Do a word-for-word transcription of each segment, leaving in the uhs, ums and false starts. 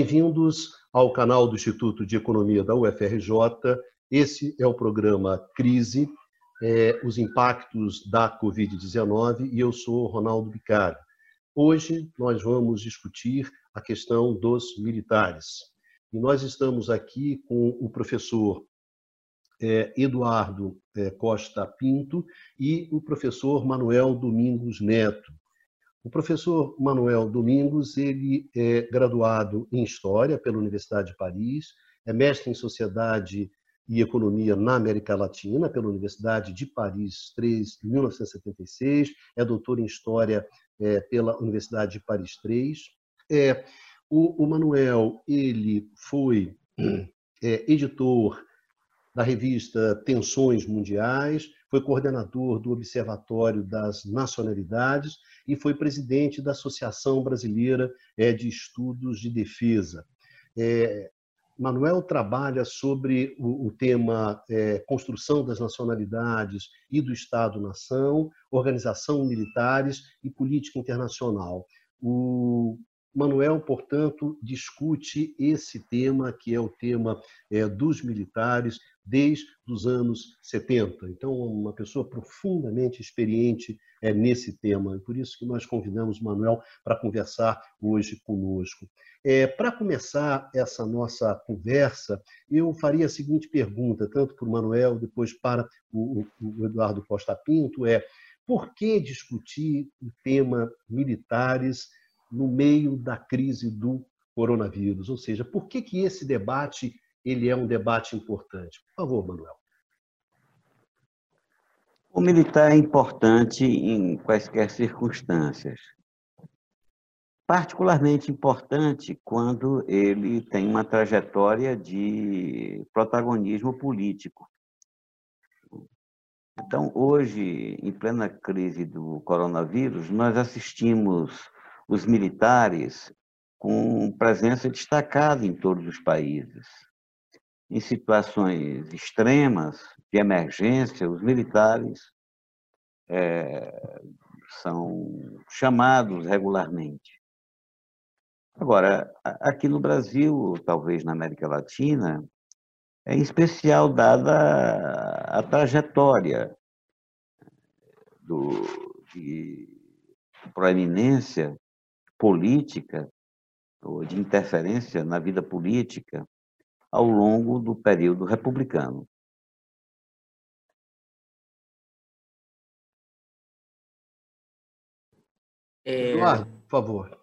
Bem-vindos ao canal do Instituto de Economia da U F R J. Esse é o programa Crise, é, os impactos da covid dezenove, e eu sou Ronaldo Bicalho. Hoje nós vamos discutir a questão dos militares. E nós estamos aqui com o professor é, Eduardo é, Costa Pinto e o professor Manuel Domingos Neto. O professor Manuel Domingos, ele é graduado em História pela Universidade de Paris, é mestre em Sociedade e Economia na América Latina pela Universidade de Paris três, em mil novecentos e setenta e seis, é doutor em História é, pela Universidade de Paris três. É, o, o Manuel, ele foi é, editor da revista Tensões Mundiais, foi coordenador do Observatório das Nacionalidades e foi presidente da Associação Brasileira de Estudos de Defesa. É, Manuel trabalha sobre o, o tema é, construção das nacionalidades e do Estado-nação, organização militares e política internacional. O Manuel, portanto, discute esse tema, que é o tema é, dos militares, desde os anos setenta. Então, uma pessoa profundamente experiente é, nesse tema. E por isso que nós convidamos o Manuel para conversar hoje conosco. É, para começar essa nossa conversa, eu faria a seguinte pergunta, tanto para o Manuel, depois para o, o Eduardo Costa Pinto, é: por que discutir o tema militares no meio da crise do coronavírus? Ou seja, por que que esse debate ele é um debate importante? Por favor, Manuel. O militar é importante em quaisquer circunstâncias. Particularmente importante quando ele tem uma trajetória de protagonismo político. Então, hoje, em plena crise do coronavírus, nós assistimos os militares com presença destacada em todos os países. Em situações extremas, de emergência, os militares é, são chamados regularmente. Agora, aqui no Brasil, talvez na América Latina, é em especial dada a trajetória do, de proeminência política, ou de interferência na vida política, ao longo do período republicano. É... Eduardo, por favor.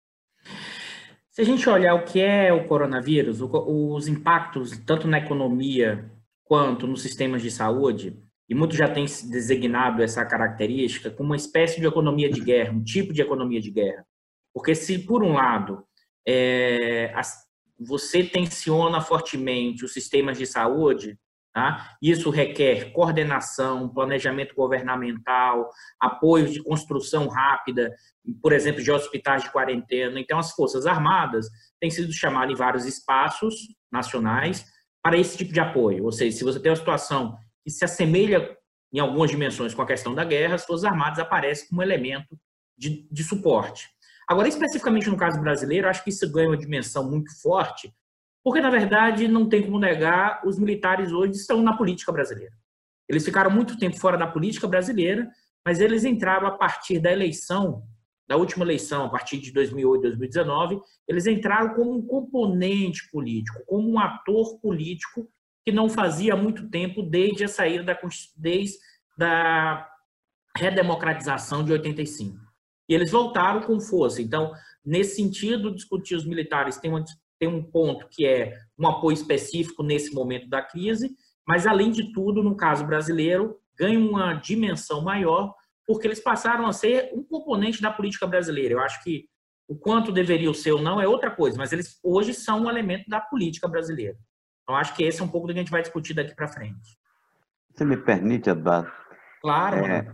Se a gente olhar o que é o coronavírus, os impactos tanto na economia quanto nos sistemas de saúde, e muito já tem designado essa característica como uma espécie de economia de guerra, um tipo de economia de guerra. Porque se, por um lado, é, você tensiona fortemente os sistemas de saúde, tá? Isso requer coordenação, planejamento governamental, apoio de construção rápida, por exemplo, de hospitais de quarentena. Então, as Forças Armadas têm sido chamadas em vários espaços nacionais para esse tipo de apoio. Ou seja, se você tem uma situação que se assemelha em algumas dimensões com a questão da guerra, as Forças Armadas aparecem como elemento de, de suporte. Agora, especificamente no caso brasileiro, acho que isso ganha uma dimensão muito forte, porque, na verdade, não tem como negar, os militares hoje estão na política brasileira. Eles ficaram muito tempo fora da política brasileira, mas eles entraram a partir da eleição, da última eleição, a partir de dois mil e oito, dois mil e dezenove, eles entraram como um componente político, como um ator político que não fazia há muito tempo, desde a saída da, desde da redemocratização de oitenta e cinco. E eles voltaram com força. Então, nesse sentido, discutir os militares tem uma tem um ponto que é um apoio específico nesse momento da crise, mas, além de tudo, no caso brasileiro, ganha uma dimensão maior, porque eles passaram a ser um componente da política brasileira. Eu acho que o quanto deveriam ser ou não é outra coisa, mas eles hoje são um elemento da política brasileira. Então, acho que esse é um pouco do que a gente vai discutir daqui para frente. Você me permite, Eduardo? Claro. É,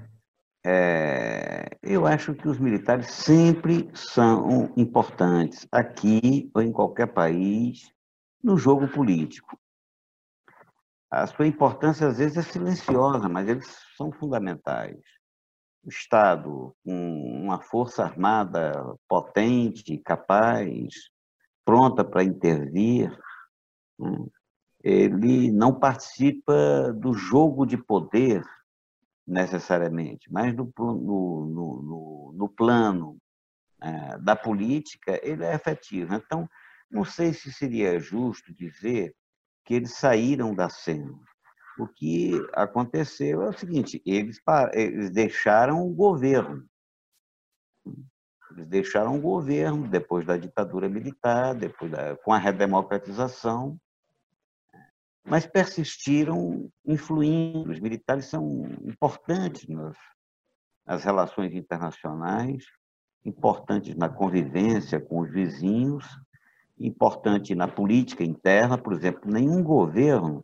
é, eu acho que os militares sempre são importantes, aqui ou em qualquer país, no jogo político. A sua importância, às vezes, é silenciosa, mas eles são fundamentais. O Estado, com uma força armada potente, capaz, pronta para intervir, né? Ele não participa do jogo de poder necessariamente, mas no, no, no, no plano é, da política ele é efetivo. Então, não sei se seria justo dizer que eles saíram da cena. O que aconteceu é o seguinte, eles, eles deixaram o governo. Eles deixaram o governo depois da ditadura militar, depois da, com a redemocratização, mas persistiram influindo. Os militares são importantes nas, nas relações internacionais, importantes na convivência com os vizinhos, importante na política interna. Por exemplo, nenhum governo,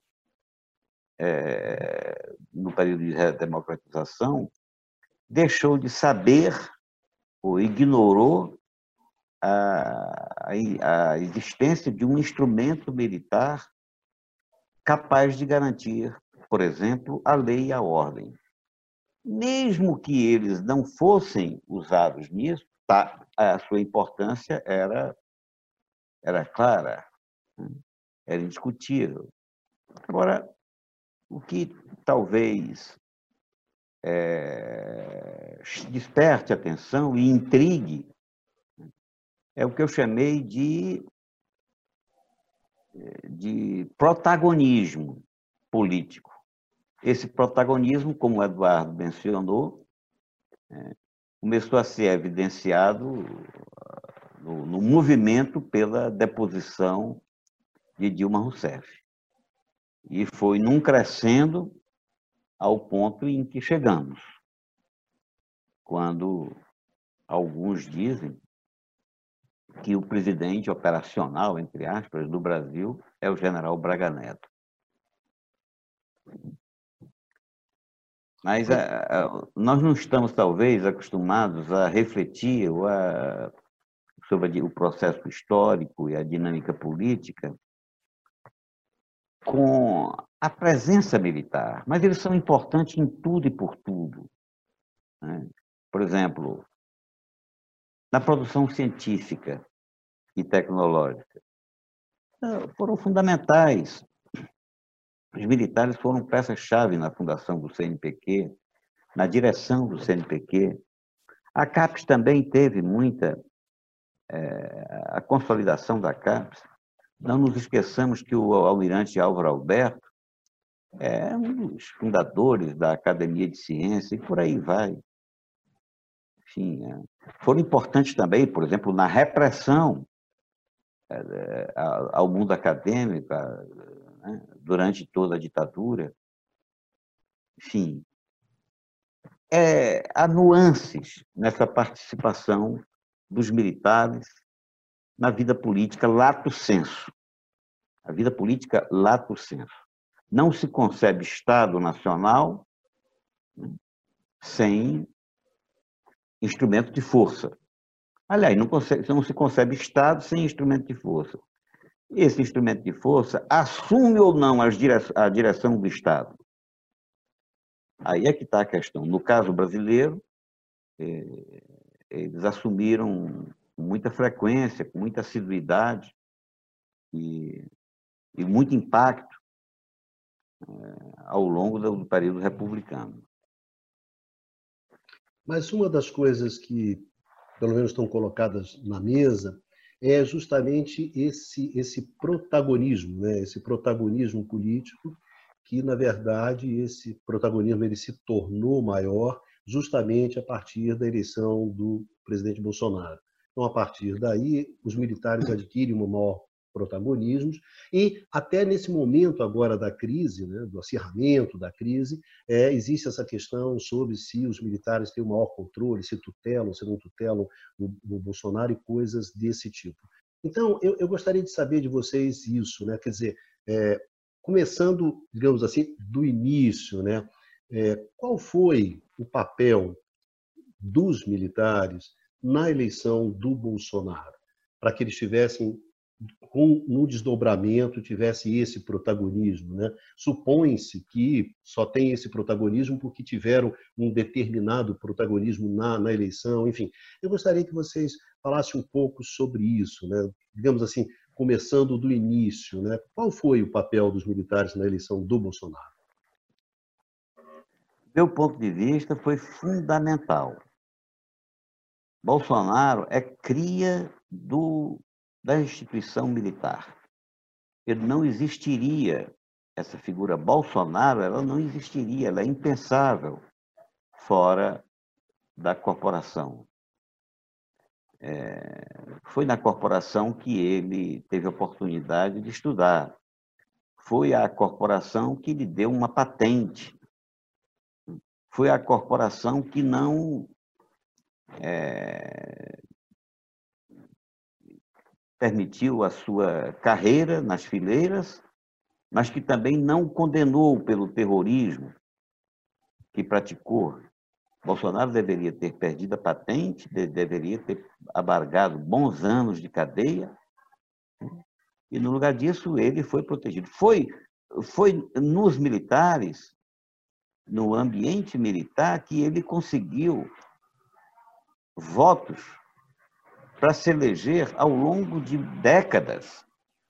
é, no período de redemocratização, deixou de saber ou ignorou a, a, a existência de um instrumento militar capaz de garantir, por exemplo, a lei e a ordem. Mesmo que eles não fossem usados nisso, tá, a sua importância era, era clara, era indiscutível. Agora, o que talvez é, desperte atenção e intrigue é o que eu chamei de, de protagonismo político. Esse protagonismo, como o Eduardo mencionou, é, começou a ser evidenciado no, no movimento pela deposição de Dilma Rousseff. E foi num crescendo ao ponto em que chegamos, quando alguns dizem que o presidente operacional, entre aspas, do Brasil é o general Braga Neto. Mas a, a, nós não estamos, talvez, acostumados a refletir ou a, sobre o processo histórico e a dinâmica política com a presença militar, mas eles são importantes em tudo e por tudo, né? Por exemplo, na produção científica e tecnológica, foram fundamentais. Os militares foram peças-chave na fundação do C N P Q, na direção do C N P Q. A CAPES também teve muita... É, a consolidação da CAPES. Não nos esqueçamos que o almirante Álvaro Alberto é um dos fundadores da Academia de Ciência e por aí vai. Enfim, é. Foram importantes também, por exemplo, na repressão é, ao mundo acadêmico, né, durante toda a ditadura. Enfim, é, há nuances nessa participação dos militares na vida política lato sensu. A vida política lato sensu. Não se concebe Estado nacional sem instrumento de força. Aliás, não, consegue, não se concebe Estado sem instrumento de força. Esse instrumento de força assume ou não a direção do Estado. Aí é que está a questão. No caso brasileiro, eles assumiram com muita frequência, com muita assiduidade e, e muito impacto é, ao longo do período republicano. Mas uma das coisas que, pelo menos, estão colocadas na mesa é justamente esse, esse protagonismo, né? Esse protagonismo político que, na verdade, esse protagonismo ele se tornou maior justamente a partir da eleição do presidente Bolsonaro. Então, a partir daí, os militares adquirem um maior protagonismo e até nesse momento agora da crise, né, do acirramento da crise, é, existe essa questão sobre se os militares têm o maior controle, se tutelam, se não tutelam o, o Bolsonaro e coisas desse tipo. Então, eu, eu gostaria de saber de vocês isso, né? Quer dizer, é, começando, digamos assim, do início, né? É, qual foi o papel dos militares na eleição do Bolsonaro, para que eles tivessem, com, no desdobramento, tivesse esse protagonismo, né? Supõe-se que só tem esse protagonismo porque tiveram um determinado protagonismo na, na eleição, enfim. Eu gostaria que vocês falasse um pouco sobre isso, né? Digamos assim, começando do início, né? Qual foi o papel dos militares na eleição do Bolsonaro? Meu ponto de vista foi fundamental. Bolsonaro é cria do, da instituição militar. Ele não existiria, essa figura Bolsonaro, ela não existiria, ela é impensável fora da corporação. É, foi na corporação que ele teve a oportunidade de estudar. Foi a corporação que lhe deu uma patente. Foi a corporação que não é, permitiu a sua carreira nas fileiras, mas que também não condenou pelo terrorismo que praticou. Bolsonaro deveria ter perdido a patente, deveria ter abargado bons anos de cadeia, e no lugar disso ele foi protegido. Foi, foi nos militares, no ambiente militar, que ele conseguiu votos para se eleger ao longo de décadas.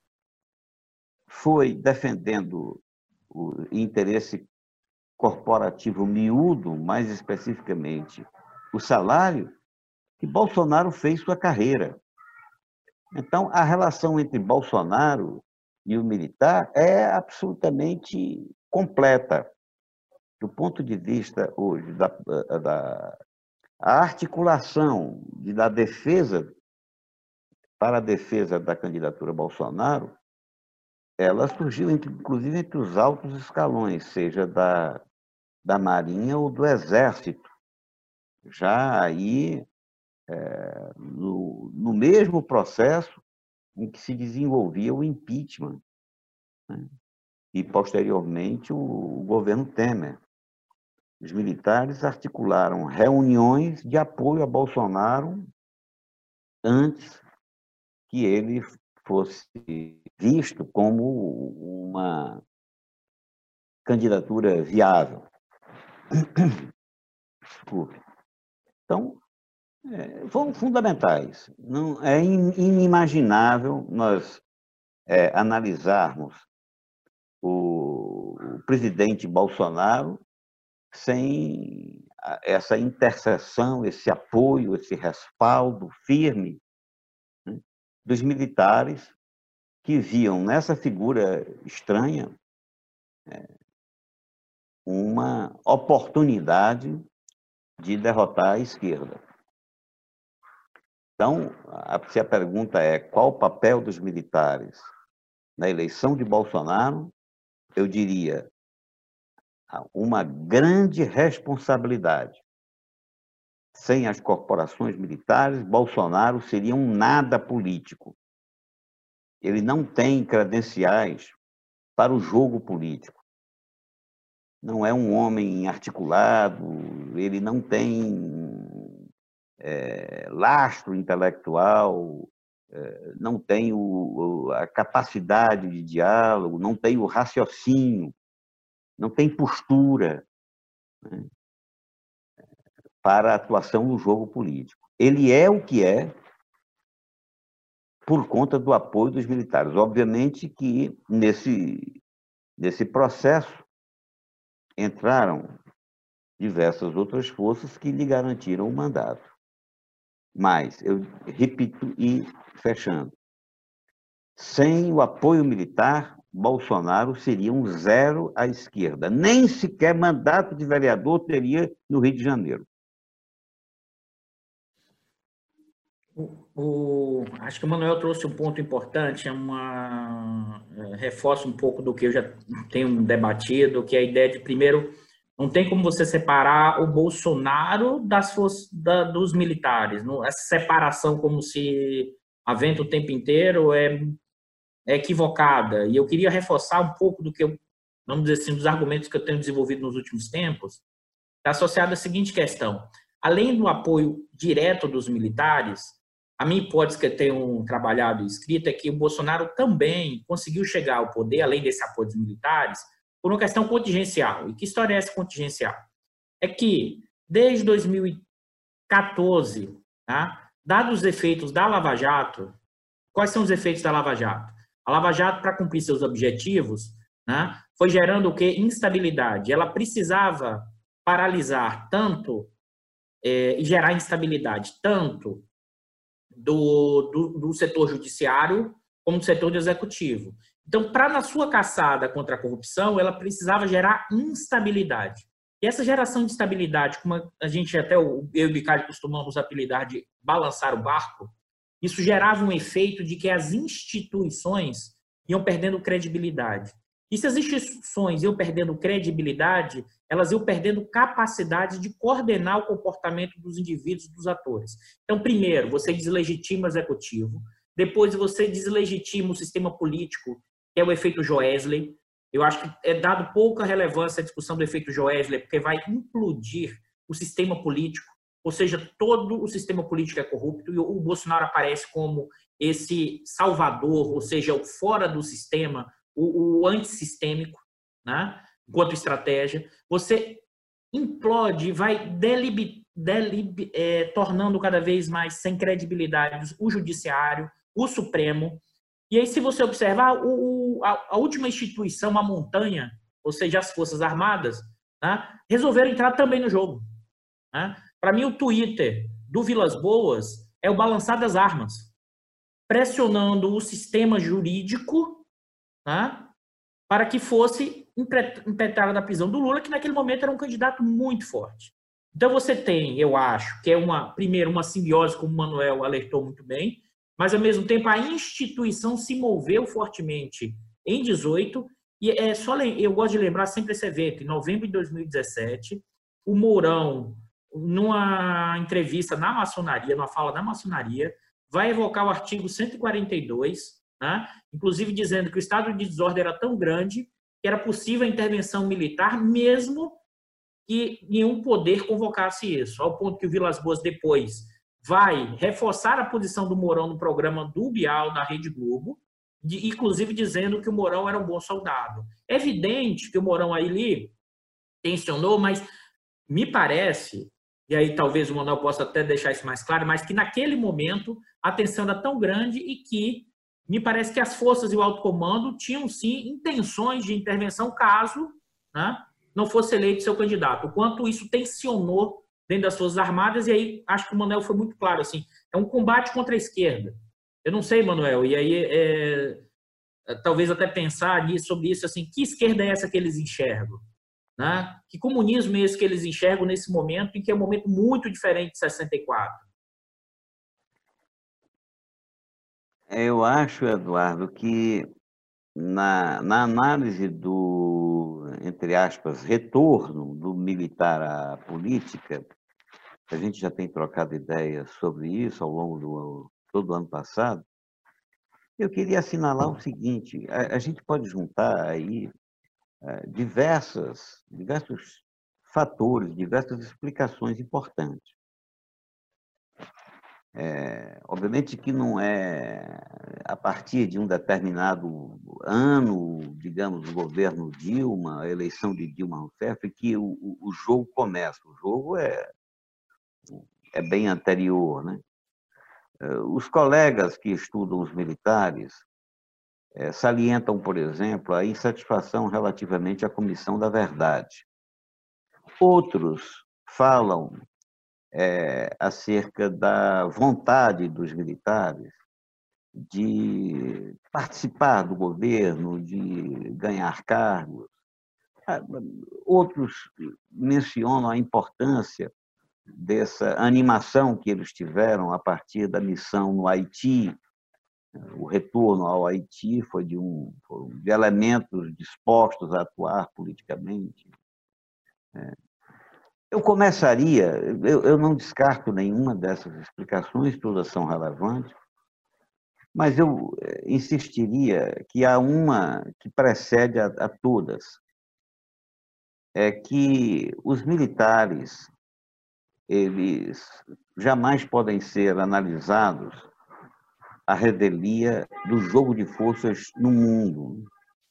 Foi defendendo o interesse corporativo miúdo, mais especificamente o salário, que Bolsonaro fez sua carreira. Então, a relação entre Bolsonaro e o militar é absolutamente completa. Do ponto de vista hoje da, da a articulação de, da defesa para a defesa da candidatura Bolsonaro, ela surgiu, inclusive, entre os altos escalões, seja da, da Marinha ou do Exército. Já aí, é, no, no mesmo processo em que se desenvolvia o impeachment, né? E, posteriormente, o, o governo Temer. Os militares articularam reuniões de apoio a Bolsonaro antes que ele fosse visto como uma candidatura viável. Então, é, foram fundamentais. Não, é inimaginável nós é, analisarmos o, o presidente Bolsonaro sem essa interseção, esse apoio, esse respaldo firme, né, dos militares que viam nessa figura estranha é, uma oportunidade de derrotar a esquerda. Então, se a pergunta é qual o papel dos militares na eleição de Bolsonaro, eu diria uma grande responsabilidade. Sem as corporações militares, Bolsonaro seria um nada político. Ele não tem credenciais para o jogo político. Não é um homem articulado, ele não tem é, lastro intelectual, é, não tem o, a capacidade de diálogo, não tem o raciocínio, não tem postura, né, para a atuação no jogo político. Ele é o que é por conta do apoio dos militares. Obviamente que nesse, nesse processo entraram diversas outras forças que lhe garantiram o mandato. Mas, eu repito e fechando, sem o apoio militar, Bolsonaro seria um zero à esquerda. Nem sequer mandato de vereador teria no Rio de Janeiro. O, o, acho que o Manuel trouxe um ponto importante, é uma, é, reforça um pouco do que eu já tenho debatido, que é a ideia de, primeiro, não tem como você separar o Bolsonaro das forças, da, dos militares. Não, essa separação como se havendo o tempo inteiro é, é equivocada. E eu queria reforçar um pouco do que eu, vamos dizer assim, dos argumentos que eu tenho desenvolvido nos últimos tempos, associado à seguinte questão. Além do apoio direto dos militares, a minha hipótese que eu tenho trabalhado e escrito é que o Bolsonaro também conseguiu chegar ao poder, além desse apoio dos militares, por uma questão contingencial. E que história é essa contingencial? É que, desde dois mil e quatorze, tá, dados os efeitos da Lava Jato, quais são os efeitos da Lava Jato? A Lava Jato, para cumprir seus objetivos, né, foi gerando o quê? Instabilidade. Ela precisava paralisar tanto é, e gerar instabilidade tanto do, do, do setor judiciário como do setor do executivo. Então, para na sua caçada contra a corrupção, ela precisava gerar instabilidade. E essa geração de estabilidade, como a gente até, eu e o Bicalho costumamos apelidar de balançar o barco, isso gerava um efeito de que as instituições iam perdendo credibilidade. E se as instituições iam perdendo credibilidade, elas iam perdendo capacidade de coordenar o comportamento dos indivíduos e dos atores. Então, primeiro, você deslegitima o executivo, depois você deslegitima o sistema político, que é o efeito Joesley. Eu acho que é dado pouca relevância à discussão do efeito Joesley, porque vai implodir o sistema político, ou seja, todo o sistema político é corrupto, e o Bolsonaro aparece como esse salvador, ou seja, o fora do sistema, o, o antissistêmico, né? Enquanto estratégia. Você implode e vai delib, delib, é, tornando cada vez mais sem credibilidade o judiciário, o Supremo. E aí, se você observar, o, a, a última instituição, a montanha, ou seja, as Forças Armadas, né, resolveram entrar também no jogo. Né? Para mim, o Twitter do Vilas Boas é o balançar das armas, pressionando o sistema jurídico, né, para que fosse impetrada da prisão do Lula, que naquele momento era um candidato muito forte. Então você tem, eu acho, que é uma, primeiro, uma simbiose, como o Manuel alertou muito bem, mas ao mesmo tempo a instituição se moveu fortemente em dezoito, e é só, eu gosto de lembrar sempre esse evento, em novembro de dois mil e dezessete, o Mourão, numa entrevista na maçonaria, numa fala na maçonaria, vai evocar o artigo cento e quarenta e dois, né? Inclusive dizendo que o estado de desordem era tão grande que era possível a intervenção militar, mesmo que nenhum poder convocasse isso, ao ponto que o Vilas Boas depois vai reforçar a posição do Mourão no programa do Bial da Rede Globo, de, inclusive dizendo que o Mourão era um bom soldado. É evidente que o Mourão aí tensionou, mas me parece, e aí talvez o Manuel possa até deixar isso mais claro, mas que naquele momento a tensão era tão grande e que me parece que as forças e o alto comando tinham, sim, intenções de intervenção caso, né, não fosse eleito seu candidato. O quanto isso tensionou dentro das Forças Armadas, e aí acho que o Manuel foi muito claro, assim, é um combate contra a esquerda. Eu não sei, Manuel, e aí é, é, talvez até pensar sobre isso, assim, que esquerda é essa que eles enxergam? Né? Que comunismo é esse que eles enxergam nesse momento, em que é um momento muito diferente de sessenta e quatro? Eu acho, Eduardo, que na, na análise do, entre aspas, retorno do militar à política, a gente já tem trocado ideias sobre isso ao longo do todo o ano passado, eu queria assinalar o seguinte, a, a gente pode juntar aí é, diversas, diversos fatores, diversas explicações importantes. É, obviamente que não é a partir de um determinado ano, digamos, do governo Dilma, a eleição de Dilma Rousseff, que o, o jogo começa. O jogo é, é bem anterior, né? Os colegas que estudam os militares é, salientam, por exemplo, a insatisfação relativamente à Comissão da Verdade. Outros falam É, acerca da vontade dos militares de participar do governo, de ganhar cargos. Outros mencionam a importância dessa animação que eles tiveram a partir da missão no Haiti. O retorno ao Haiti foi de, um, de elementos dispostos a atuar politicamente. É. Eu começaria, eu, eu não descarto nenhuma dessas explicações, todas são relevantes, mas eu insistiria que há uma que precede a, a todas, é que os militares, eles jamais podem ser analisados à revelia do jogo de forças no mundo,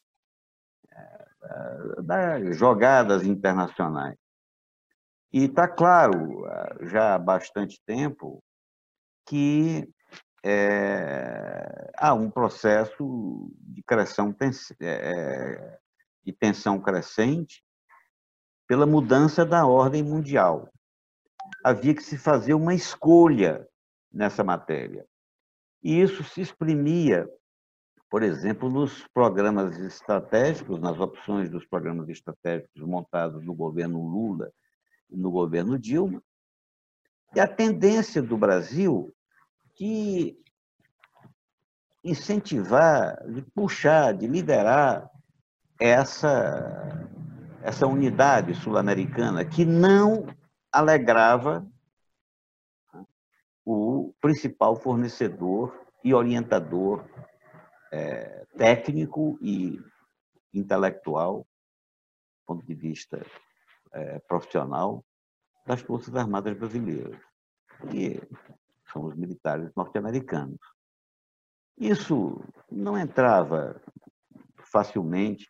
das jogadas internacionais. E está claro, já há bastante tempo, que é, há um processo de, cresção, é, de tensão crescente pela mudança da ordem mundial. Havia que se fazer uma escolha nessa matéria. E isso se exprimia, por exemplo, nos programas estratégicos, nas opções dos programas estratégicos montados no governo Lula e no governo Dilma, e a tendência do Brasil de incentivar, de puxar, de liderar essa, essa unidade sul-americana que não alegrava o principal fornecedor e orientador é, técnico e intelectual, do ponto de vista é, profissional, das Forças Armadas Brasileiras, que são os militares norte-americanos. Isso não entrava facilmente.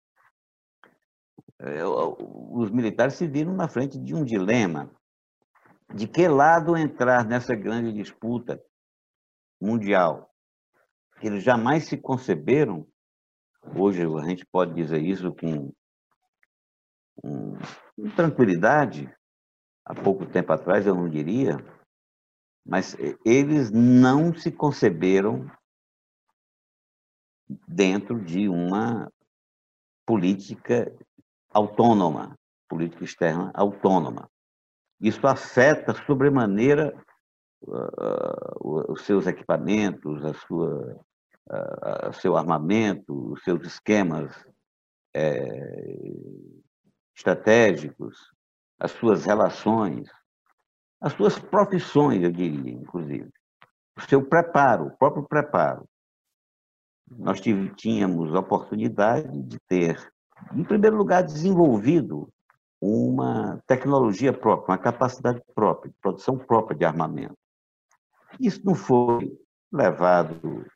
Os militares se viram na frente de um dilema: de que lado entrar nessa grande disputa mundial? Eles jamais se conceberam, hoje a gente pode dizer isso com, com, com tranquilidade, há pouco tempo atrás eu não diria, mas eles não se conceberam dentro de uma política autônoma, política externa autônoma. Isso afeta sobremaneira uh, os seus equipamentos, a sua, uh, seu armamento, os seus esquemas uh, estratégicos, as suas relações, as suas profissões, eu diria, inclusive. O seu preparo, o próprio preparo. Nós tínhamos a oportunidade de ter, em primeiro lugar, desenvolvido uma tecnologia própria, uma capacidade própria, de produção própria de armamento. Isso não foi levado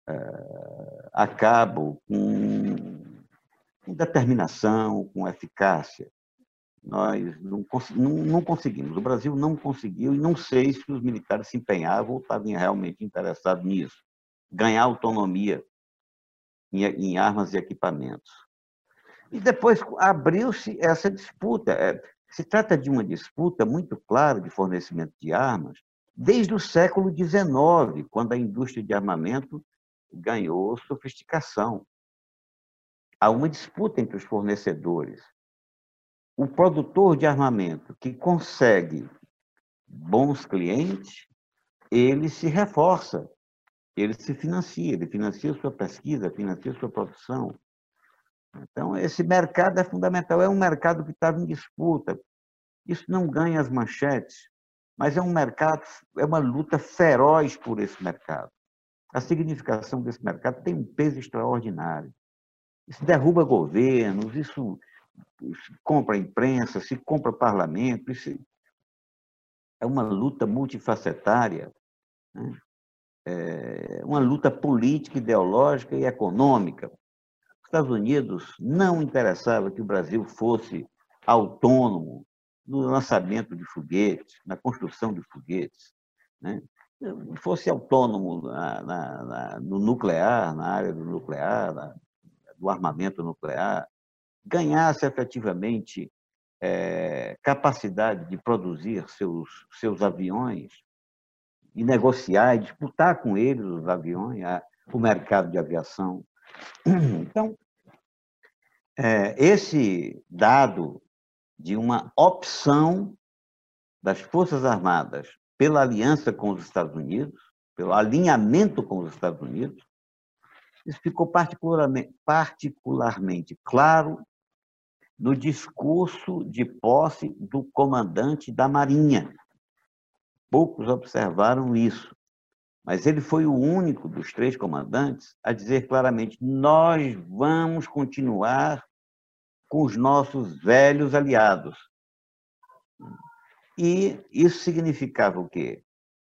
é, a cabo com, com determinação, com eficácia. Nós não, não, não conseguimos, o Brasil não conseguiu, e não sei se os militares se empenhavam ou estavam realmente interessados nisso, ganhar autonomia em, em armas e equipamentos. E depois abriu-se essa disputa. Se trata de uma disputa muito clara de fornecimento de armas desde o século dezenove, quando a indústria de armamento ganhou sofisticação. Há uma disputa entre os fornecedores. O produtor de armamento que consegue bons clientes, ele se reforça, ele se financia, ele financia sua pesquisa, financia sua produção. Então, esse mercado é fundamental, é um mercado que estava em disputa. Isso não ganha as manchetes, mas é um mercado, é uma luta feroz por esse mercado. A significação desse mercado tem um peso extraordinário. Isso derruba governos, isso, isso compra imprensa, se compra parlamento, isso é uma luta multifacetária, né? É uma luta política, ideológica e econômica. Os Estados Unidos não interessava que o Brasil fosse autônomo no lançamento de foguetes, na construção de foguetes, né? Fosse autônomo na, na, na, no nuclear, na área do nuclear, na, do armamento nuclear, ganhasse efetivamente é, capacidade de produzir seus, seus aviões e negociar e disputar com eles os aviões, a, o mercado de aviação. Então, é, esse dado de uma opção das Forças Armadas pela aliança com os Estados Unidos, pelo alinhamento com os Estados Unidos, isso ficou particularmente, particularmente claro no discurso de posse do comandante da Marinha. Poucos observaram isso, mas ele foi o único dos três comandantes a dizer claramente: nós vamos continuar com os nossos velhos aliados. E isso significava o quê?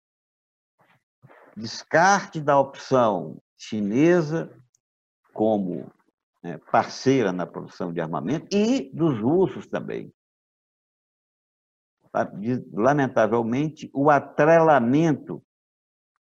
Descarte da opção chinesa como parceira na produção de armamento e dos russos também. Lamentavelmente, o atrelamento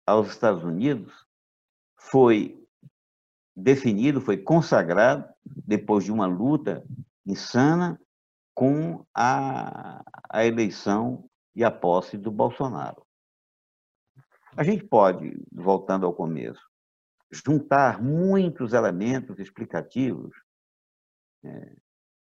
aos Estados Unidos foi definido, foi consagrado, depois de uma luta insana, com a, a eleição e a posse do Bolsonaro. A gente pode, voltando ao começo, juntar muitos elementos explicativos é,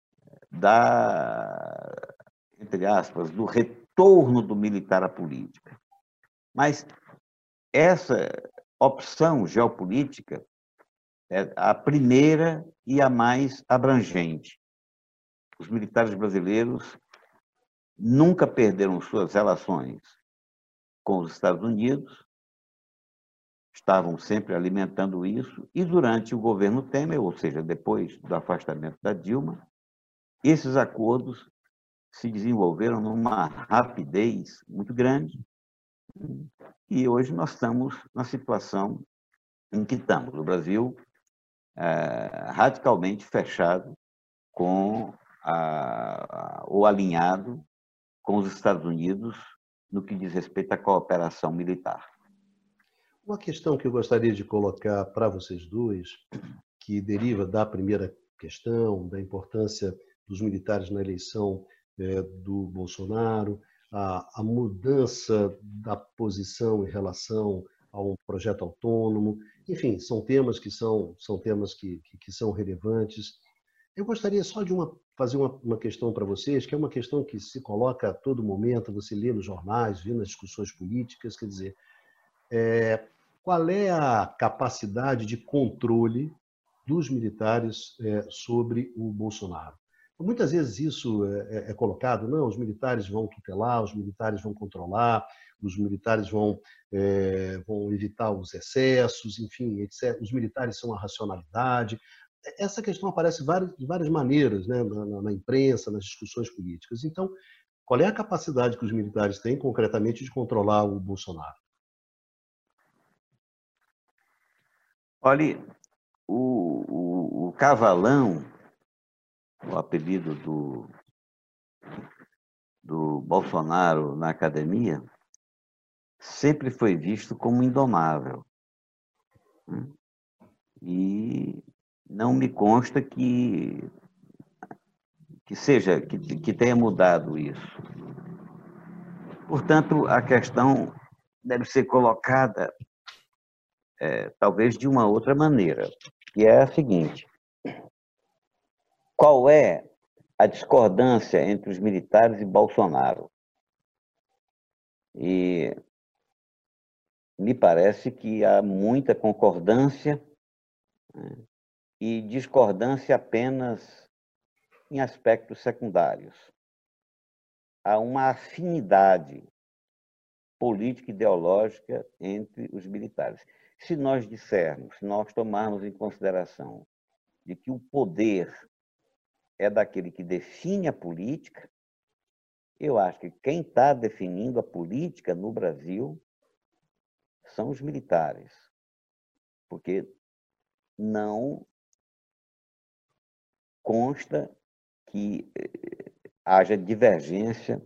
da, entre aspas, do retorno do militar à política. Mas essa opção geopolítica é a primeira e a mais abrangente. Os militares brasileiros nunca perderam suas relações com os Estados Unidos, estavam sempre alimentando isso, e durante o governo Temer, ou seja, depois do afastamento da Dilma, esses acordos se desenvolveram numa rapidez muito grande, e hoje nós estamos na situação em que estamos. O Brasil é, radicalmente fechado com a, a, ou alinhado com os Estados Unidos no que diz respeito à cooperação militar. Uma questão que eu gostaria de colocar para vocês dois, que deriva da primeira questão, da importância dos militares na eleição é, do Bolsonaro, a, a mudança da posição em relação a um projeto autônomo, enfim, são temas que são, são temas que, que, que são relevantes. Eu gostaria só de uma, fazer uma, uma questão para vocês, que é uma questão que se coloca a todo momento, você lê nos jornais, vê nas discussões políticas, quer dizer, é, qual é a capacidade de controle dos militares é, sobre o Bolsonaro? Muitas vezes isso é, é colocado, não, os militares vão tutelar, os militares vão controlar, os militares vão, é, vão evitar os excessos, enfim, etcétera. Os militares são a racionalidade. Essa questão aparece de várias, de várias maneiras, né, na, na imprensa, nas discussões políticas. Então, qual é a capacidade que os militares têm, concretamente, de controlar o Bolsonaro? Olha, o, o, o Cavalão, o apelido do, do Bolsonaro na academia, sempre foi visto como indomável. E não me consta que, que seja, que, que tenha mudado isso. Portanto, a questão deve ser colocada é, talvez de uma outra maneira, que é a seguinte: qual é a discordância entre os militares e Bolsonaro? E me parece que há muita concordância, né, e discordância apenas em aspectos secundários. Há uma afinidade política e ideológica entre os militares. Se nós dissermos, se nós tomarmos em consideração de que o poder é daquele que define a política, eu acho que quem está definindo a política no Brasil são os militares, porque não consta que haja divergência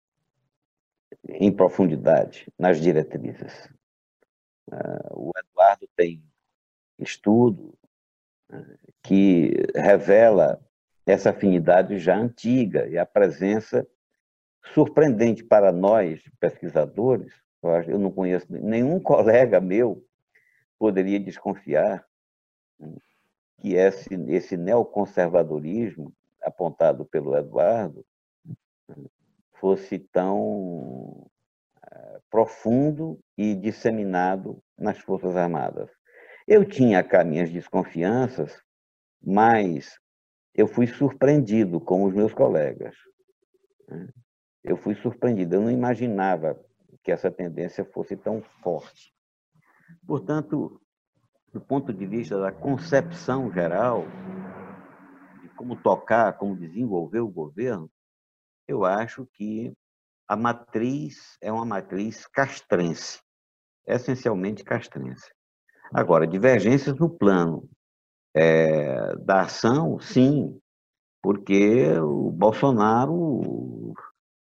em profundidade nas diretrizes. O Eduardo tem estudo que revela essa afinidade já antiga e a presença surpreendente para nós, pesquisadores. Eu não conheço nenhum colega meu poderia desconfiar que esse, esse neoconservadorismo apontado pelo Eduardo fosse tão uh, profundo e disseminado nas Forças Armadas. Eu tinha cá minhas desconfianças, mas eu fui surpreendido com os meus colegas. Eu fui surpreendido, eu não imaginava que essa tendência fosse tão forte. Portanto, do ponto de vista da concepção geral, de como tocar, como desenvolver o governo, eu acho que a matriz é uma matriz castrense, essencialmente castrense. Agora, divergências no plano é, da ação, sim, porque o Bolsonaro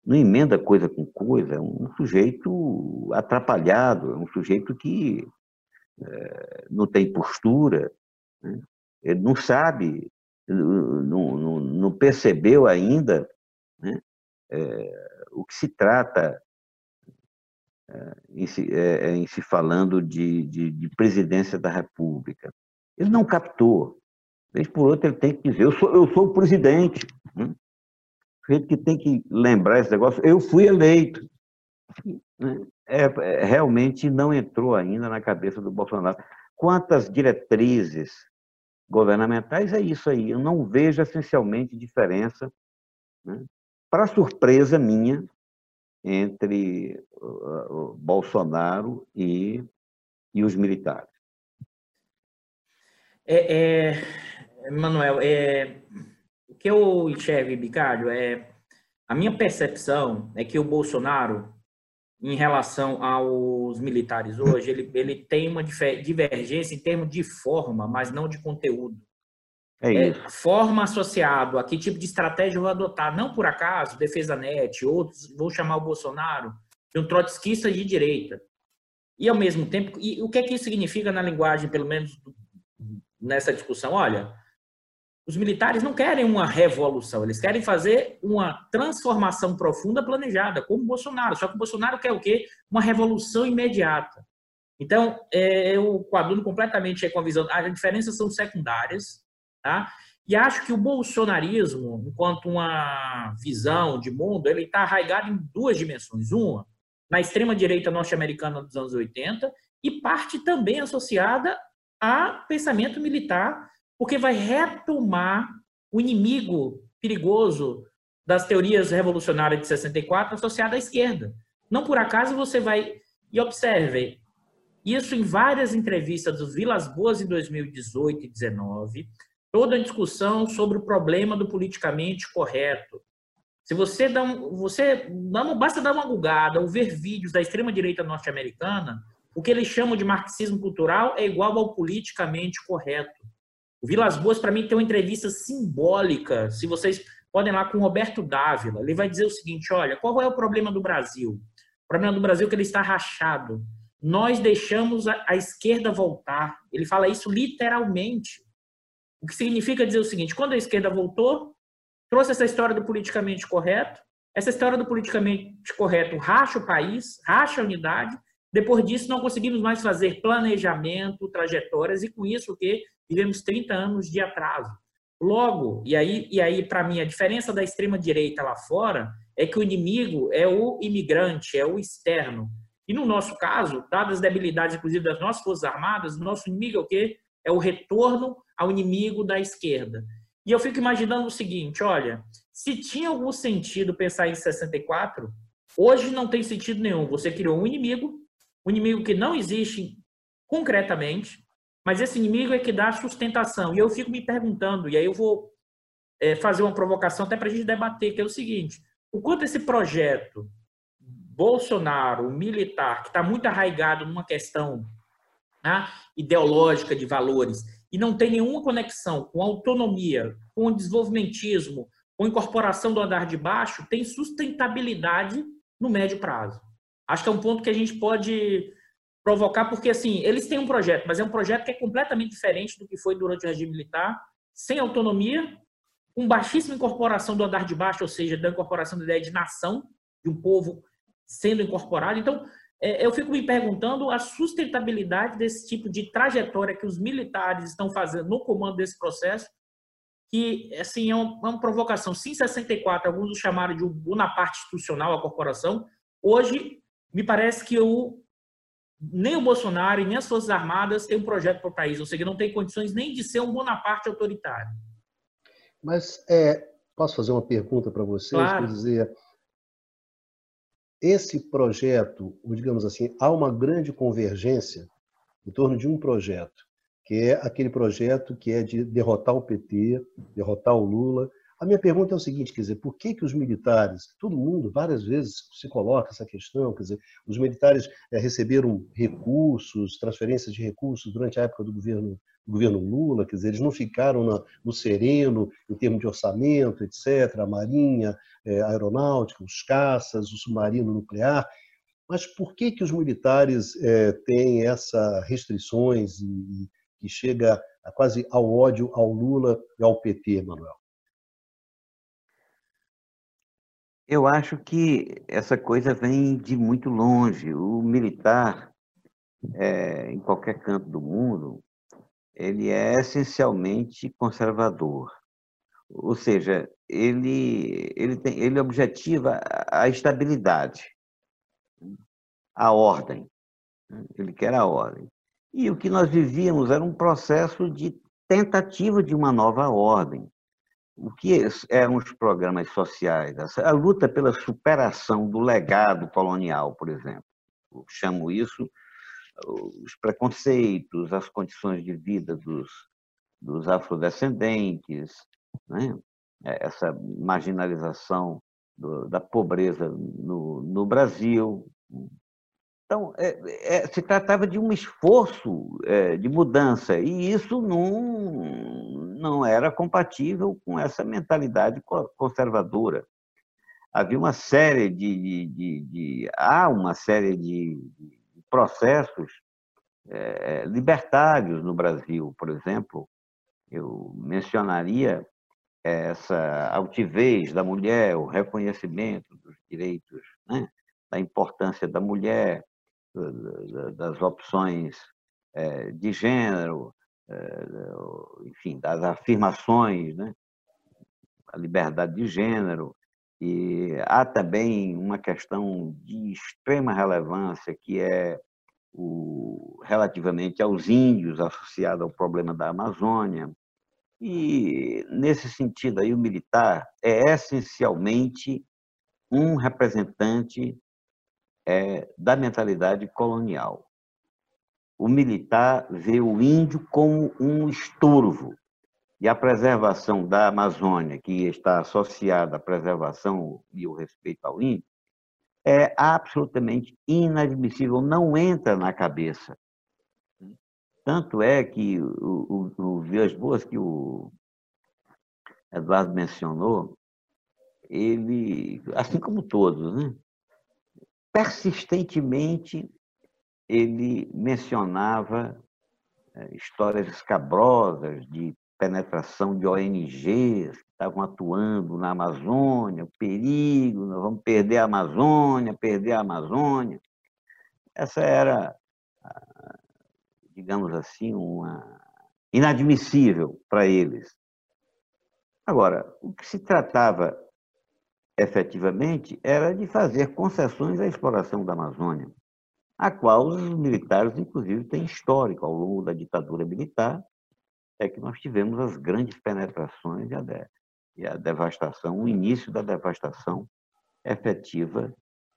não emenda coisa com coisa, é um sujeito atrapalhado, é um sujeito que é, não tem postura, né? Ele não sabe, não, não, não percebeu ainda, né? É, o que se trata é, em, se, é, em se falando de, de, de presidência da República. Ele não captou. Vez por outra, ele tem que dizer, eu sou, eu sou o presidente. Né? O jeito que tem que lembrar esse negócio, eu fui eleito. Né? É, é, realmente não entrou ainda na cabeça do Bolsonaro. Quantas diretrizes governamentais, é isso aí. Eu não vejo essencialmente diferença, né, para surpresa minha, entre o Bolsonaro e, e os militares. É, é, Manuel, é, o que eu enxergo, Bicalho, é a minha percepção é que o Bolsonaro, em relação aos militares hoje, ele, ele tem uma divergência em termos de forma, mas não de conteúdo. É isso. É, forma associado a que tipo de estratégia eu vou adotar. Não por acaso, Defesa Net, outros vão chamar o Bolsonaro de um trotskista de direita. E, ao mesmo tempo, e o que é que isso significa na linguagem, pelo menos nessa discussão? Olha, os militares não querem uma revolução, eles querem fazer uma transformação profunda planejada, como o Bolsonaro. Só que o Bolsonaro quer o quê? Uma revolução imediata. Então, é, eu coaduno completamente com a visão. As diferenças são secundárias, tá? E acho que o bolsonarismo, enquanto uma visão de mundo, ele está arraigado em duas dimensões. Uma, na extrema-direita norte-americana dos anos oitenta, e parte também associada a pensamento militar, porque vai retomar o inimigo perigoso das teorias revolucionárias de sessenta e quatro associado à esquerda. Não por acaso você vai... E observe, isso em várias entrevistas dos Vilas Boas em dois mil e dezoito e dezenove, toda a discussão sobre o problema do politicamente correto. Se você dá um... Você, não basta dar uma googada ou ver vídeos da extrema-direita norte-americana, o que eles chamam de marxismo cultural é igual ao politicamente correto. O Vilas Boas, para mim, tem uma entrevista simbólica, se vocês podem ir lá com o Roberto Dávila, ele vai dizer o seguinte, olha, qual é o problema do Brasil? O problema do Brasil é que ele está rachado. Nós deixamos a, a esquerda voltar. Ele fala isso literalmente. O que significa dizer o seguinte, quando a esquerda voltou, trouxe essa história do politicamente correto, essa história do politicamente correto racha o país, racha a unidade, depois disso não conseguimos mais fazer planejamento, trajetórias, e com isso o quê? Vivemos trinta anos de atraso. Logo, e aí, e aí para mim, a diferença da extrema-direita lá fora é que o inimigo é o imigrante, é o externo. E no nosso caso, dadas as debilidades, inclusive, das nossas Forças Armadas, o nosso inimigo é o quê? É o retorno ao inimigo da esquerda. E eu fico imaginando o seguinte, olha, se tinha algum sentido pensar em sessenta e quatro, hoje não tem sentido nenhum. Você criou um inimigo, um inimigo que não existe concretamente, mas esse inimigo é que dá sustentação. E eu fico me perguntando, e aí eu vou é, fazer uma provocação até para a gente debater, que é o seguinte, o quanto esse projeto Bolsonaro, militar, que está muito arraigado numa questão, né, ideológica de valores, e não tem nenhuma conexão com autonomia, com o desenvolvimentismo, com a incorporação do andar de baixo, tem sustentabilidade no médio prazo. Acho que é um ponto que a gente pode provocar, porque assim, eles têm um projeto, mas é um projeto que é completamente diferente do que foi durante o regime militar, sem autonomia, com baixíssima incorporação do andar de baixo, ou seja, da incorporação da ideia de nação, de um povo sendo incorporado. Então, eu fico me perguntando a sustentabilidade desse tipo de trajetória que os militares estão fazendo no comando desse processo, que assim, é uma, uma provocação. Se em sessenta e quatro alguns o chamaram de um Bonaparte institucional, a corporação, hoje me parece que o, nem o Bolsonaro e nem as Forças Armadas têm um projeto para o país, ou seja, não tem condições nem de ser um Bonaparte autoritário. Mas é, posso fazer uma pergunta para vocês? Claro. Quer dizer, esse projeto, digamos assim, há uma grande convergência em torno de um projeto, que é aquele projeto que é de derrotar o P T, derrotar o Lula, A minha pergunta é o seguinte, quer dizer, por que que os militares, todo mundo várias vezes se coloca essa questão, quer dizer, os militares é, receberam recursos, transferências de recursos durante a época do governo, do governo Lula, quer dizer, eles não ficaram na, no sereno em termos de orçamento, etcétera, a Marinha, é, a Aeronáutica, os caças, o submarino nuclear, mas por que que os militares é, têm essas restrições e, e chega a quase ao ódio ao Lula e ao P T, Manuel? Eu acho que essa coisa vem de muito longe. O militar, é, em qualquer canto do mundo, ele é essencialmente conservador. Ou seja, ele, ele, tem, ele objetiva a estabilidade, a ordem. Ele quer a ordem. E o que nós vivíamos era um processo de tentativa de uma nova ordem. O que eram os programas sociais? A luta pela superação do legado colonial, por exemplo. Eu chamo isso os preconceitos, as condições de vida dos, dos afrodescendentes, né? Essa marginalização do, da pobreza no, no Brasil. Então, é, é, se tratava de um esforço é, de mudança, e isso não, não era compatível com essa mentalidade conservadora. Havia uma série de... de, de, de há uma série de, de processos é, libertários no Brasil, por exemplo. Eu mencionaria essa altivez da mulher, o reconhecimento dos direitos, né, da importância da mulher, das opções de gênero, enfim, das afirmações, né? A liberdade de gênero. E há também uma questão de extrema relevância, que é o, relativamente aos índios, associada ao problema da Amazônia. E, nesse sentido, aí, o militar é essencialmente um representante é, da mentalidade colonial. O militar vê o índio como um estorvo, e a preservação da Amazônia, que está associada à preservação e o respeito ao índio, é absolutamente inadmissível, não entra na cabeça. Tanto é que o, o, o Vilas Boas, que o Eduardo mencionou, ele, assim como todos, né, persistentemente ele mencionava histórias escabrosas de penetração de O N Gs que estavam atuando na Amazônia, o perigo, nós vamos perder a Amazônia, perder a Amazônia. Essa era, digamos assim, uma inadmissível para eles. Agora, o que se tratava efetivamente era de fazer concessões à exploração da Amazônia, a qual os militares, inclusive, têm histórico. Ao longo da ditadura militar, é que nós tivemos as grandes penetrações e a, de, e a devastação, o início da devastação efetiva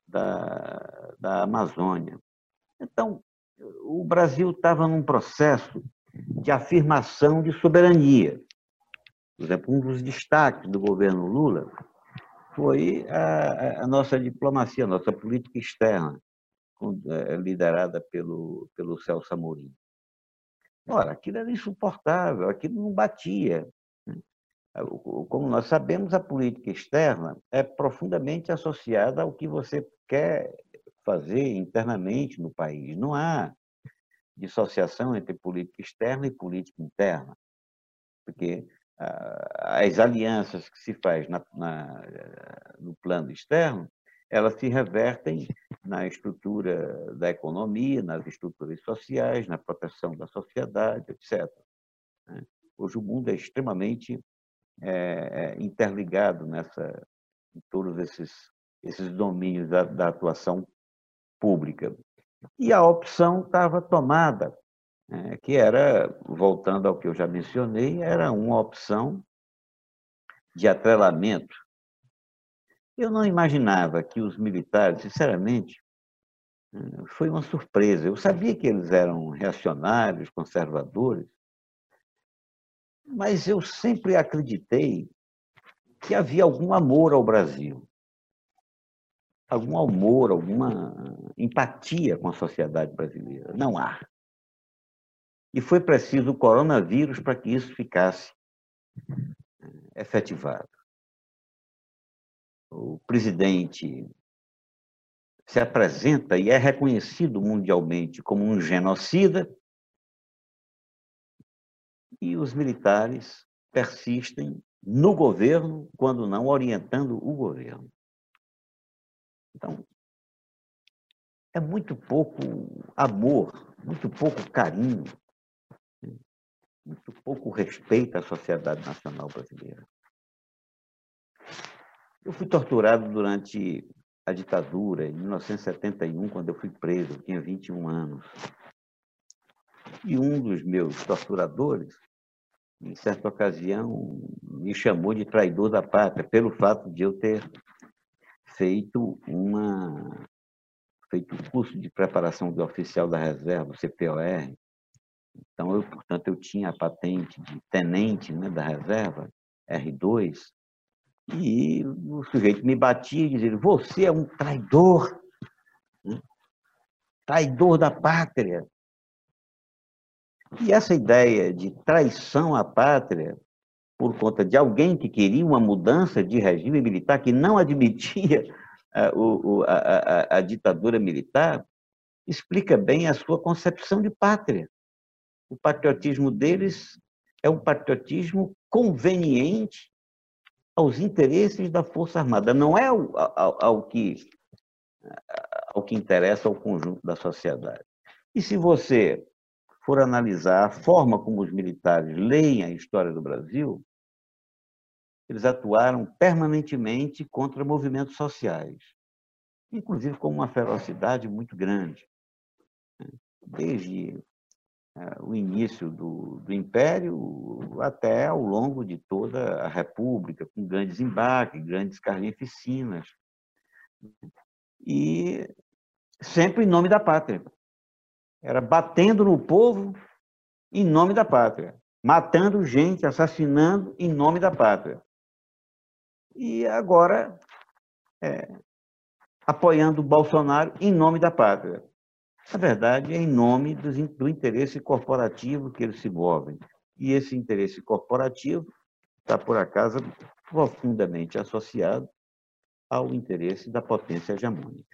da, da Amazônia. Então, o Brasil estava num processo de afirmação de soberania. Por exemplo, um dos destaques do governo Lula foi a, a nossa diplomacia, a nossa política externa, liderada pelo, pelo Celso Amorim. Ora, aquilo era insuportável, aquilo não batia. Como nós sabemos, a política externa é profundamente associada ao que você quer fazer internamente no país. Não há dissociação entre política externa e política interna, porque as alianças que se faz na, na, no plano externo, elas se revertem na estrutura da economia, nas estruturas sociais, na proteção da sociedade, etcétera. Hoje o mundo é extremamente é, interligado nessa, em todos esses, esses domínios da, da atuação pública. E a opção estava tomada, é, que era, voltando ao que eu já mencionei, era uma opção de atrelamento. Eu não imaginava que os militares, sinceramente, foi uma surpresa. Eu sabia que eles eram reacionários, conservadores, mas eu sempre acreditei que havia algum amor ao Brasil, algum amor, alguma empatia com a sociedade brasileira. Não há. E foi preciso o coronavírus para que isso ficasse efetivado. O presidente se apresenta e é reconhecido mundialmente como um genocida, e os militares persistem no governo, quando não orientando o governo. Então, é muito pouco amor, muito pouco carinho, muito pouco respeito à sociedade nacional brasileira. Eu fui torturado durante a ditadura, em mil novecentos e setenta e um, quando eu fui preso, eu tinha vinte e um anos. E um dos meus torturadores, em certa ocasião, me chamou de traidor da pátria, pelo fato de eu ter feito uma feito o curso de preparação de oficial da reserva, o C P O R. Então, eu, portanto, eu tinha a patente de tenente, né, da reserva, R dois, e o sujeito me batia e dizia: você é um traidor, né? Traidor da pátria. E essa ideia de traição à pátria, por conta de alguém que queria uma mudança de regime militar, que não admitia a, o, a, a, a ditadura militar, explica bem a sua concepção de pátria. O patriotismo deles é um patriotismo conveniente aos interesses da Força Armada, não é ao, ao, ao, que, ao que interessa ao conjunto da sociedade. E se você for analisar a forma como os militares leem a história do Brasil, eles atuaram permanentemente contra movimentos sociais, inclusive com uma ferocidade muito grande. Desde o início do, do Império até ao longo de toda a República, com grandes embarques, grandes carnificinas, e sempre em nome da pátria. Era batendo no povo em nome da pátria, matando gente, assassinando em nome da pátria. E agora, é, apoiando o Bolsonaro em nome da pátria. Na verdade, é em nome do, do interesse corporativo que eles se movem. E esse interesse corporativo está, por acaso, profundamente associado ao interesse da potência hegemônica.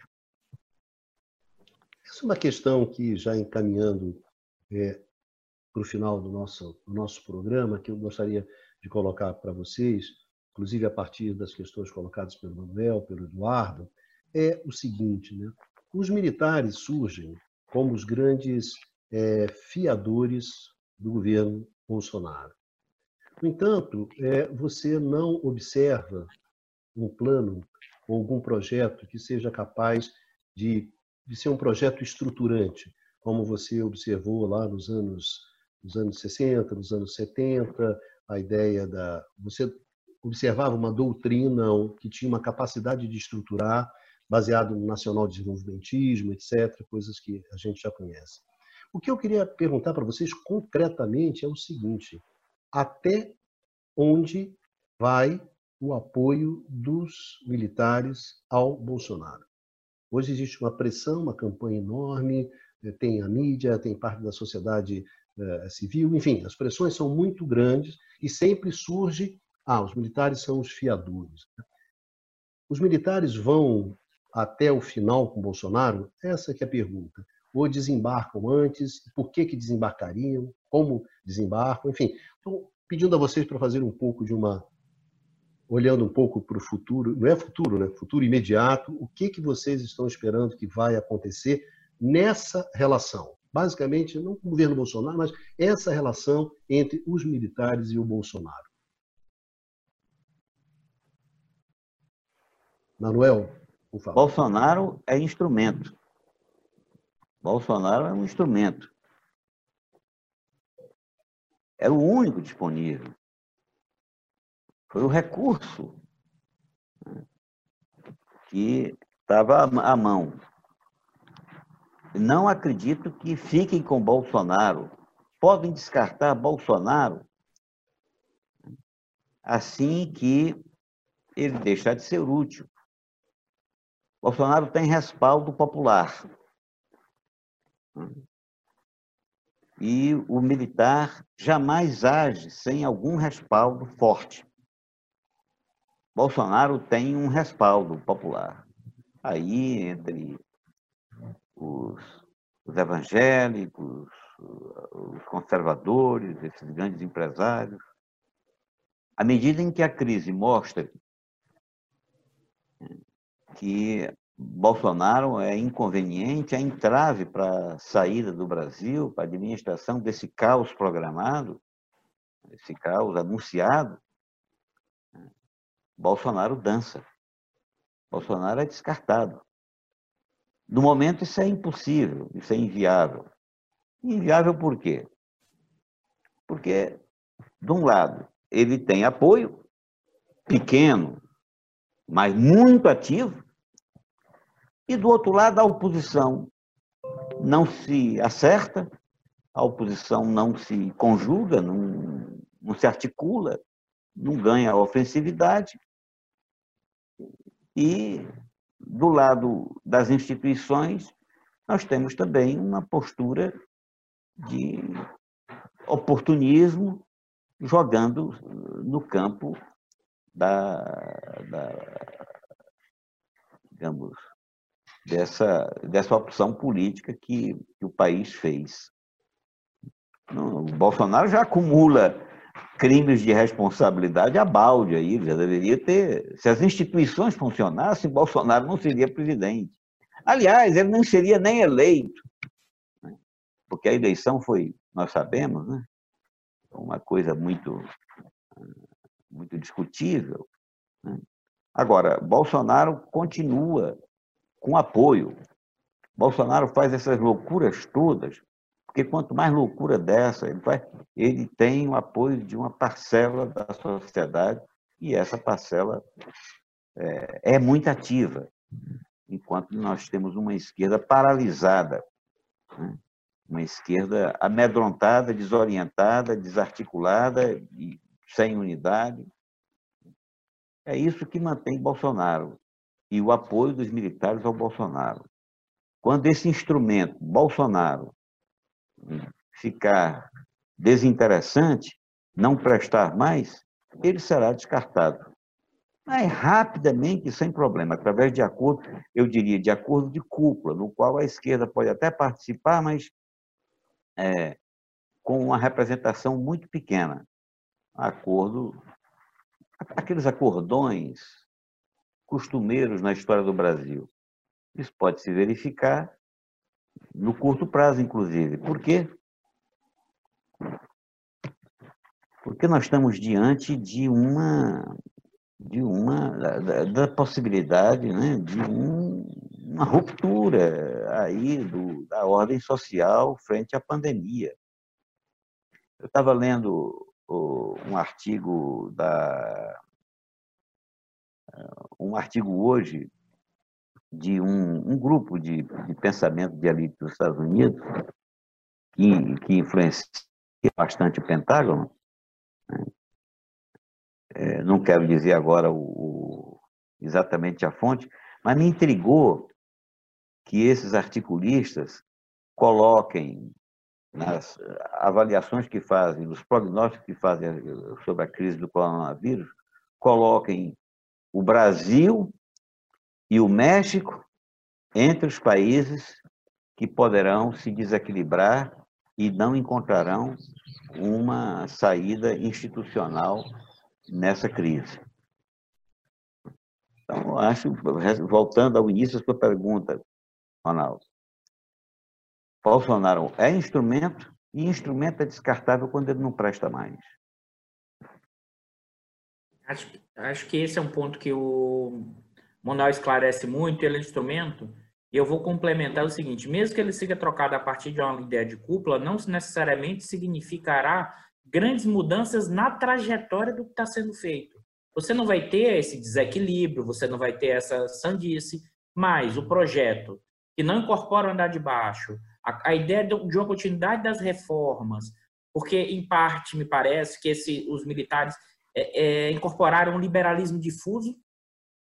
Essa é uma questão que, já encaminhando é, para o final do nosso, do nosso programa, que eu gostaria de colocar para vocês, inclusive a partir das questões colocadas pelo Manuel, pelo Eduardo, é o seguinte, né? Os militares surgem como os grandes é, fiadores do governo Bolsonaro. No entanto, é, você não observa um plano ou algum projeto que seja capaz de, de ser um projeto estruturante, como você observou lá nos anos, nos anos sessenta, nos anos setenta, a ideia da... Você observava uma doutrina que tinha uma capacidade de estruturar, baseado no nacional desenvolvimentismo, etcétera, coisas que a gente já conhece. O que eu queria perguntar para vocês concretamente é o seguinte: até onde vai o apoio dos militares ao Bolsonaro? Hoje existe uma pressão, uma campanha enorme, tem a mídia, tem parte da sociedade eh, civil, enfim, as pressões são muito grandes e sempre surge, ah, os militares são os fiadores. Os militares vão até o final com Bolsonaro? Essa que é a pergunta. Ou desembarcam antes? Por que que desembarcariam? Como desembarcam? Enfim, estou pedindo a vocês para fazer um pouco de uma... Olhando um pouco para o futuro, não é futuro, né? Futuro imediato, o que que vocês estão esperando que vai acontecer nessa relação? Basicamente, não com o governo Bolsonaro, mas essa relação entre os militares e o Bolsonaro. Manuel, por favor. Bolsonaro é instrumento. Bolsonaro é um instrumento. Era o único disponível. Foi o recurso que estava à mão. Não acredito que fiquem com Bolsonaro. Podem descartar Bolsonaro assim que ele deixa de ser útil. Bolsonaro tem respaldo popular. E o militar jamais age sem algum respaldo forte. Bolsonaro tem um respaldo popular. Aí, entre os, os evangélicos, os conservadores, esses grandes empresários, à medida em que a crise mostra que Bolsonaro é inconveniente, é entrave para a saída do Brasil, para a administração desse caos programado, esse caos anunciado, Bolsonaro dança. Bolsonaro é descartado. No momento, isso é impossível, isso é inviável. Inviável por quê? Porque, de um lado, ele tem apoio, pequeno, mas muito ativo, e do outro lado, a oposição não se acerta, a oposição não se conjuga, não, não se articula, não ganha ofensividade. E, do lado das instituições, nós temos também uma postura de oportunismo, jogando no campo da, da digamos, dessa, dessa opção política que, que o país fez. O Bolsonaro já acumula crimes de responsabilidade a balde aí, já deveria ter. Se as instituições funcionassem, Bolsonaro não seria presidente. Aliás, ele não seria nem eleito, né? Porque a eleição foi, nós sabemos, né? Uma coisa muito, muito discutível, né? Agora, Bolsonaro continua com apoio. Bolsonaro faz essas loucuras todas, porque quanto mais loucura dessa ele faz, ele tem o apoio de uma parcela da sociedade, e essa parcela é, é muito ativa, enquanto nós temos uma esquerda paralisada, né? Uma esquerda amedrontada, desorientada, desarticulada e sem unidade. É isso que mantém Bolsonaro e o apoio dos militares ao Bolsonaro. Quando esse instrumento, Bolsonaro, ficar desinteressante, não prestar mais, ele será descartado. Mas rapidamente, sem problema, através de acordo, eu diria, de acordo de cúpula, no qual a esquerda pode até participar, mas é, com uma representação muito pequena. Acordo, aqueles acordões costumeiros na história do Brasil. Isso pode se verificar no curto prazo, inclusive. Por quê? Porque nós estamos diante de uma, de uma da, da possibilidade, né, de um, uma ruptura aí do, da ordem social frente à pandemia. Eu estava lendo um artigo da um artigo hoje de um, um grupo de, de pensamento de elite dos Estados Unidos que, que influencia bastante o Pentágono, né? É, não quero dizer agora o, o, exatamente a fonte, mas me intrigou que esses articulistas coloquem nas avaliações que fazem, nos prognósticos que fazem sobre a crise do coronavírus, coloquem o Brasil e o México entre os países que poderão se desequilibrar e não encontrarão uma saída institucional nessa crise. Então, eu acho, voltando ao início da sua pergunta, Ronaldo, Bolsonaro é instrumento, e instrumento é descartável quando ele não presta mais. Acho, acho que esse é um ponto que o Manuel esclarece muito, ele é instrumento, e eu vou complementar o seguinte: mesmo que ele seja trocado a partir de uma ideia de cúpula, não necessariamente significará grandes mudanças na trajetória do que está sendo feito. Você não vai ter esse desequilíbrio, você não vai ter essa sandice, mas o projeto que não incorpora o andar de baixo, a, a ideia de uma continuidade das reformas, porque, em parte, me parece que esse, os militares é, é, incorporaram um liberalismo difuso,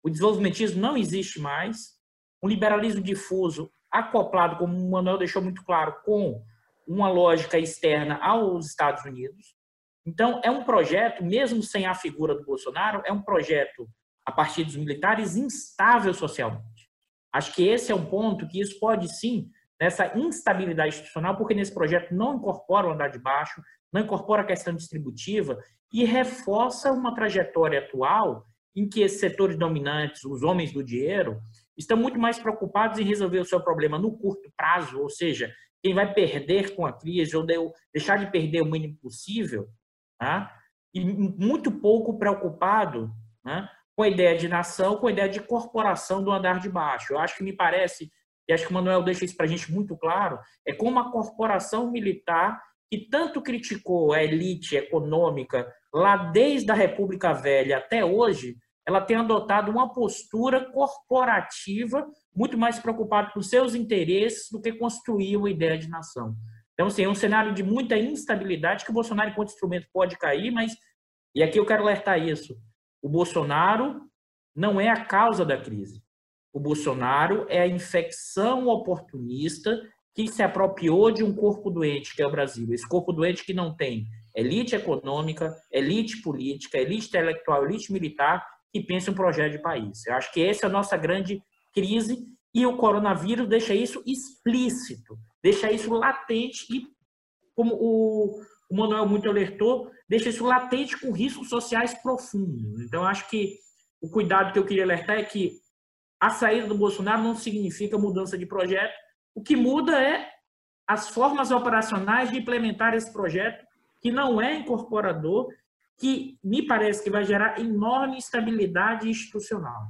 O desenvolvimentismo não existe mais. Um liberalismo difuso acoplado, como o Manuel deixou muito claro, com uma lógica externa aos Estados Unidos. Então, é um projeto, mesmo sem a figura do Bolsonaro, é um projeto, a partir dos militares, instável socialmente. Acho que esse é um ponto que isso pode, sim, nessa instabilidade institucional, porque nesse projeto não incorpora o andar de baixo, não incorpora a questão distributiva e reforça uma trajetória atual em que esses setores dominantes, os homens do dinheiro, estão muito mais preocupados em resolver o seu problema no curto prazo, ou seja, quem vai perder com a crise ou deixar de perder o mínimo possível, né? E muito pouco preocupado, né, com a ideia de nação, com a ideia de corporação do andar de baixo. Eu acho que me parece, e acho que o Manuel deixa isso para a gente muito claro, é como a corporação militar que tanto criticou a elite econômica lá desde a República Velha até hoje, ela tem adotado uma postura corporativa muito mais preocupada com seus interesses do que construir uma ideia de nação. Então, assim, é um cenário de muita instabilidade que o Bolsonaro, enquanto instrumento, pode cair, mas, e aqui eu quero alertar isso, o Bolsonaro não é a causa da crise. O Bolsonaro é a infecção oportunista que se apropriou de um corpo doente, que é o Brasil. Esse corpo doente que não tem elite econômica, elite política, elite intelectual, elite militar, que pensa em um projeto de país. Eu acho que essa é a nossa grande crise e o coronavírus deixa isso explícito, deixa isso latente e, como o Manuel muito alertou, deixa isso latente com riscos sociais profundos. Então, eu acho que o cuidado que eu queria alertar é que a saída do Bolsonaro não significa mudança de projeto. O que muda é as formas operacionais de implementar esse projeto, que não é incorporador, que me parece que vai gerar enorme instabilidade institucional.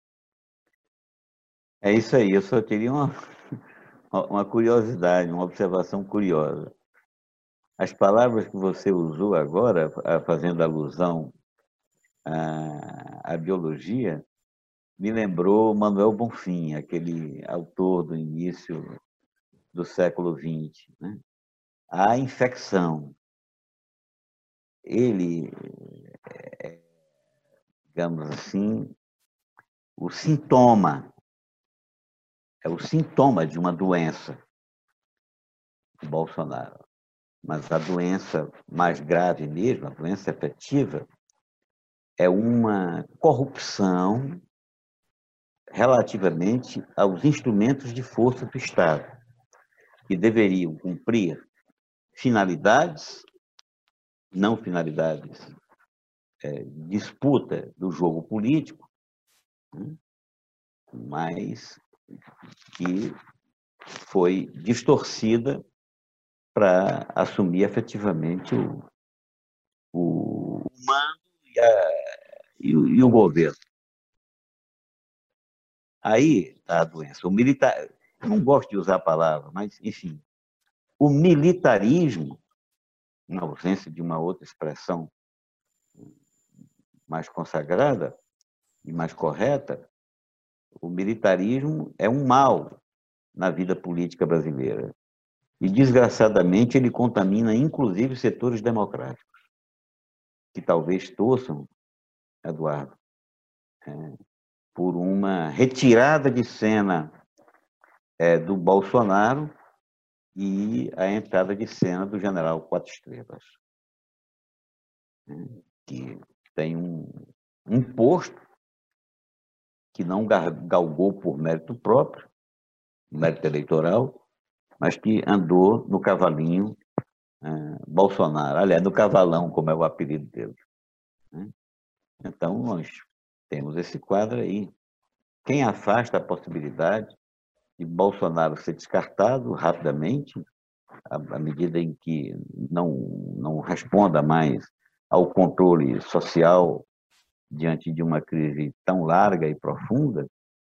É isso aí, eu só teria uma, uma curiosidade, uma observação curiosa. As palavras que você usou agora, fazendo alusão à, à biologia, me lembrou Manuel Bonfim, aquele autor do início do século vinte, né? A infecção. Ele, é, digamos assim, o sintoma, é o sintoma de uma doença, o Bolsonaro. Mas a doença mais grave mesmo, a doença efetiva, é uma corrupção relativamente aos instrumentos de força do Estado, que deveriam cumprir finalidades, não finalidades, é, disputa do jogo político, né, mas que foi distorcida para assumir efetivamente o, o mando e, a, e, o, e o governo. Aí está a doença. O militar, eu não gosto de usar a palavra, mas, enfim, o militarismo, na ausência de uma outra expressão mais consagrada e mais correta, o militarismo é um mal na vida política brasileira. E, desgraçadamente, ele contamina, inclusive, setores democráticos, que talvez torçam, Eduardo, é, por uma retirada de cena é, do Bolsonaro e a entrada de cena do general Quatro Estrelas, né, que tem um, um posto que não galgou por mérito próprio, mérito eleitoral, mas que andou no cavalinho uh, Bolsonaro, aliás, no cavalão, como é o apelido dele, né? Então, nós temos esse quadro aí. Quem afasta a possibilidade de Bolsonaro ser descartado rapidamente, à, à medida em que não, não responda mais ao controle social diante de uma crise tão larga e profunda,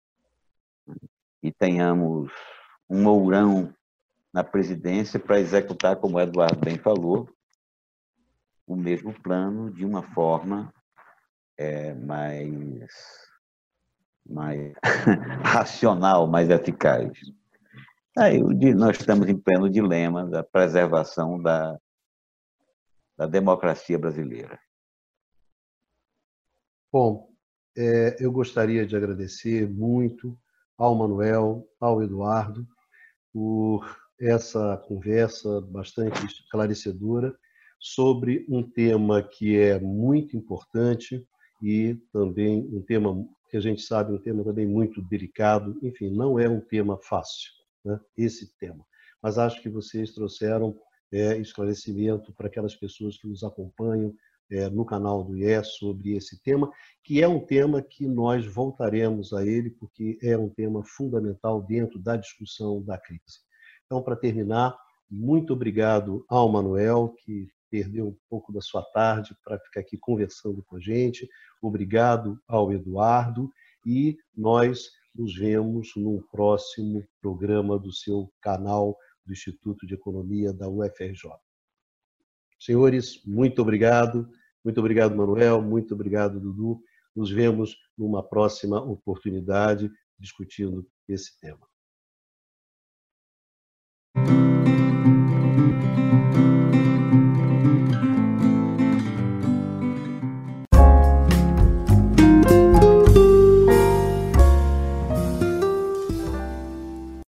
e tenhamos um Mourão na presidência para executar, como o Eduardo bem falou, o mesmo plano de uma forma é, mais, mais racional, mais eficaz. Aí nós estamos em pleno dilema da preservação da, da democracia brasileira. Bom, é, eu gostaria de agradecer muito ao Manuel, ao Eduardo, por essa conversa bastante esclarecedora sobre um tema que é muito importante e também um tema que a gente sabe, um tema também muito delicado. Enfim, não é um tema fácil, né, esse tema. Mas acho que vocês trouxeram é, esclarecimento para aquelas pessoas que nos acompanham é, no canal do I E S sobre esse tema, que é um tema que nós voltaremos a ele, porque é um tema fundamental dentro da discussão da crise. Então, para terminar, muito obrigado ao Manuel, que perdeu um pouco da sua tarde para ficar aqui conversando com a gente. Obrigado ao Eduardo e nós nos vemos no próximo programa do seu canal do Instituto de Economia da U F R J. Senhores, muito obrigado. Muito obrigado, Manuel. Muito obrigado, Dudu. Nos vemos numa próxima oportunidade discutindo esse tema.